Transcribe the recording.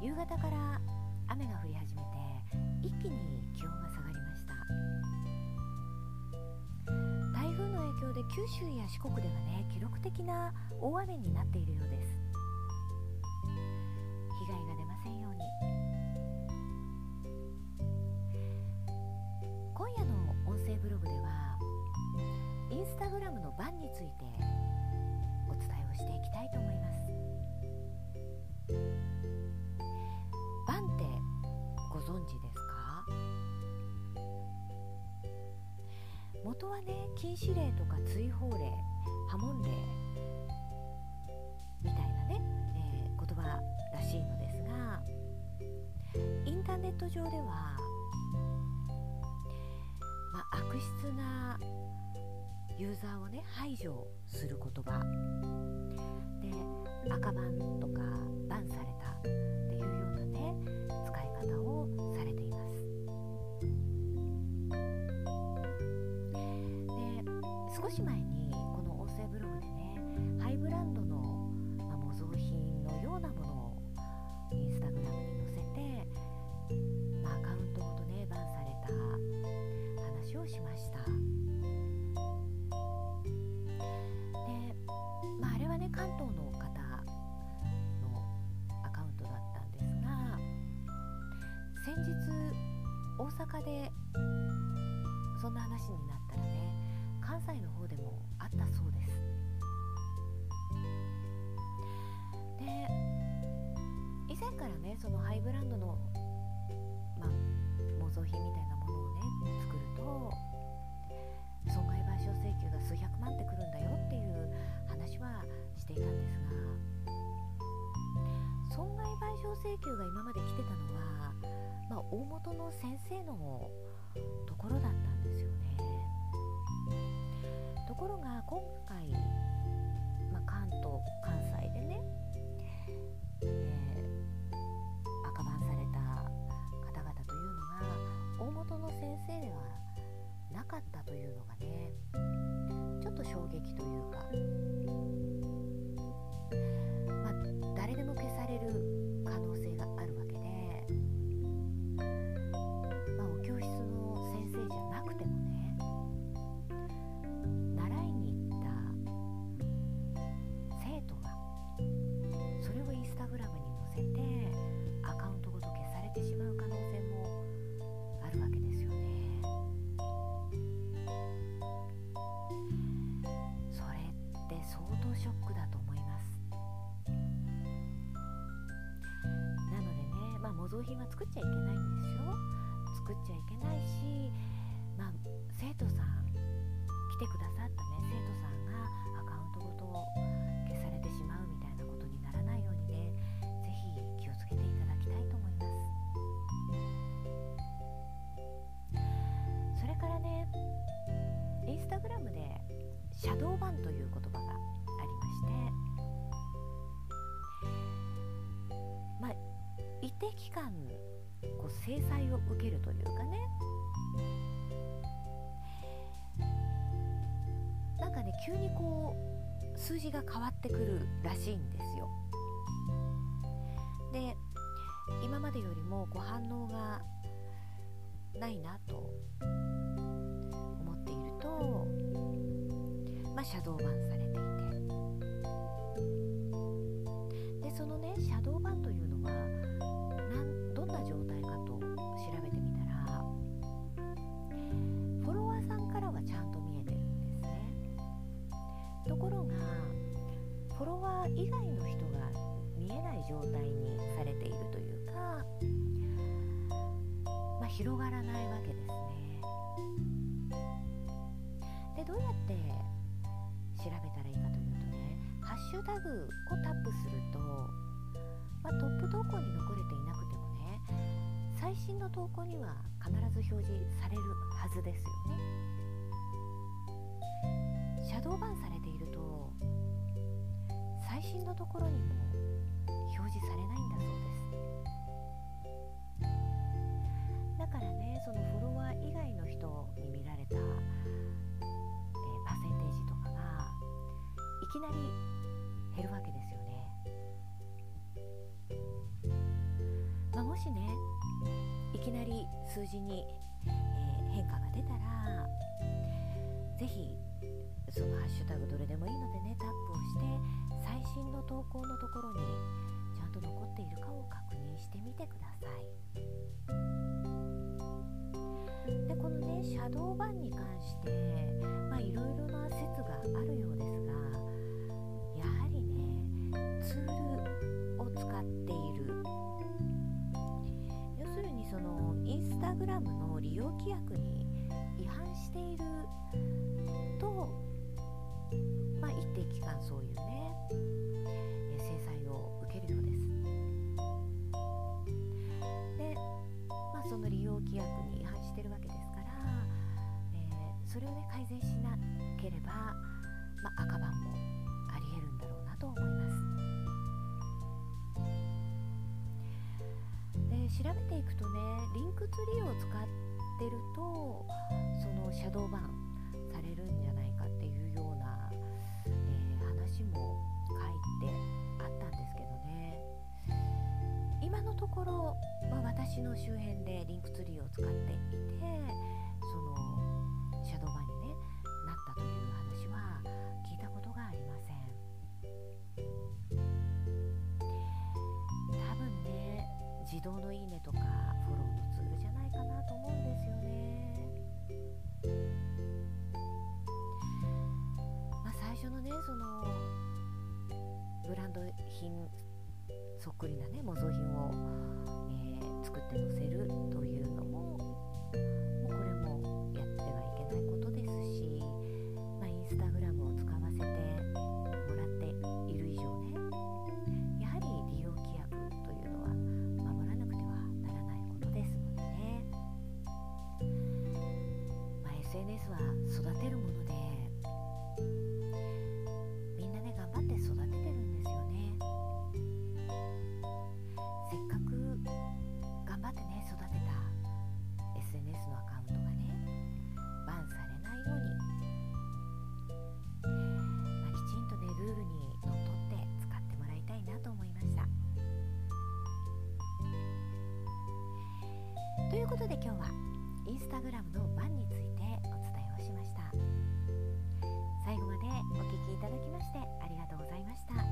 夕方から雨が降り始めて一気に気温が下がりました。台風の影響で九州や四国ではね、記録的な大雨になっているようです。被害が出ませんように。今夜の音声ブログではインスタグラムのバンについてお伝えをしていきたいと思います。バンってご存知ですか？元はね、禁止令とか追放令、破門令みたいなね、言葉らしいのですが、インターネット上では、悪質なユーザーをね排除する言葉で、赤バンとかバンされたっていうようなね使い方をされています。で、少し前にこの音声ブログでね、ハイブランドの、模造品のようなものをインスタグラムに載せて、アカウントごとねバンされた話をしました。あれはね、関東の方のアカウントだったんですが、先日大阪でそんな話になったらね、関西の方でもあったそうです。で、以前からね、そのハイブランドの、模造品みたいなものをね作ると損害賠償請求が数百万ってくるんだよっていう話はしていたんですが、損害賠償請求が今まで来てたのは、大元の先生のところだったんですよね。ところが今回、関東関西でね、赤バンされた方々というのが大元の先生ではなかったというのがね、ちょっと衝撃というか、誰でも消される可能性があるわけで、お教室の先生じゃなくてもね、習いに行った生徒がそれをインスタグラムに載せてアカウントごと消されてしまう可能性もあるわけですよね。それって相当ショックだと思います。なのでね、模造品は作っちゃいけないんですよ。作っちゃいけないし、生徒さん、来てくださったね生徒さんがアカウントごと消されてしまうみたいなことにならないようにね、ぜひ気をつけていただきたいと思います。それからね、インスタグラムでシャドーバンという言葉がありまして、一定期間制裁を受けるというかね、急に数字が変わってくるらしいんですよ。で、今までよりも反応がないなと思っていると、シャドーバンされていて、でそのねシャドーバンというのはどんな状態かと調べてみたら、フォロワーさんからはちゃんと見えてるんですね。ところがフォロワー以外の人が見えない状態にされているというか、広がらないわけですね。で、どうやって調べたらいいかというとね、ハッシュタグをタップすると、トップ投稿に残れていなくてもね、最新の投稿には必ず表示されるはずですよね。シャドーバンされていると最新のところにも表示されないんだそうです。だからね、そのフォロワー以外の人に見られた、パーセンテージとかがいきなり減るわけですよね。 しねいきなり数字に、変化が出たら、ぜひそのハッシュタグどれでもいいのでね、タップをして最新の投稿のところにちゃんと残っているかを確認してみてください。でこのねシャドーバンに関していろいろな説があるようですが、やはりねツールを使っている、要するにそのインスタグラムの利用規約に違反していると、一定期間そういうね制裁を受けるようです。で、その利用規約に違反しているわけですから、それをね改善しなければ、赤番もあり得るんだろうなと思います。で調べていくとね、リンクツリーを使ってるとそのシャドーバンされるんじゃないかっていうような、話も書いてあったんですけどね、今のところ、私の周辺でリンクツリーを使っていて、そのシャドーバンに、なったという話は聞いたことがありません。多分ね自動のいいねとかフォローのツールじゃないかなと思うんですよね。最初のねそのブランド品そっくりなね模造品を、作って載せるというのも、これもやってはいけないことですし、インスタグラムを使わせてもらっている以上ね、やはり利用規約というのは守らなくてはならないことですのでね、SNS は育てるもので、みんなね頑張って育ててるんですよね。せっかく頑張ってね育てた SNS のアカウントがねバンされないように、きちんとねルールにのっとって使ってもらいたいなと思いました。ということで今日はインスタグラムのバンについてお伝えをしました。最後までお聞きいただきましてありがとうございました。